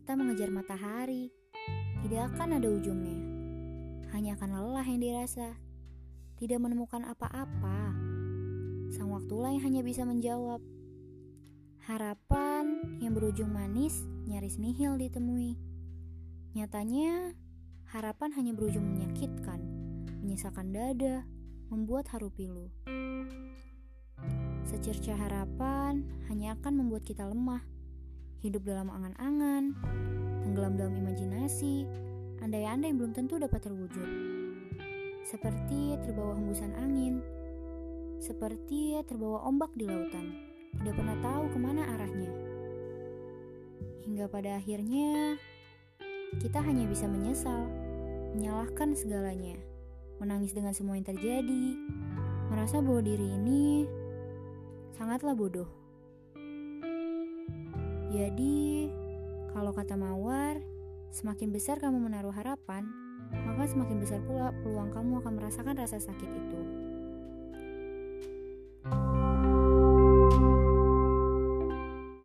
mata mengejar matahari, tidak akan ada ujungnya. Hanya akan lelah yang dirasa, tidak menemukan apa-apa. Sang waktulah yang hanya bisa menjawab. Harapan yang berujung manis nyaris nihil ditemui. Nyatanya, harapan hanya berujung menyakitkan, menyisakan dada, membuat haru pilu. Secerca harapan hanya akan membuat kita lemah, hidup dalam angan-angan, tenggelam dalam imajinasi, andai-andai belum tentu dapat terwujud. Seperti terbawa hembusan angin, seperti terbawa ombak di lautan, tidak pernah tahu kemana arahnya. Hingga pada akhirnya, kita hanya bisa menyesal, menyalahkan segalanya, menangis dengan semua yang terjadi, merasa bahwa diri ini sangatlah bodoh. Jadi, kalau kata Mawar, semakin besar kamu menaruh harapan, maka semakin besar pula peluang kamu akan merasakan rasa sakit itu.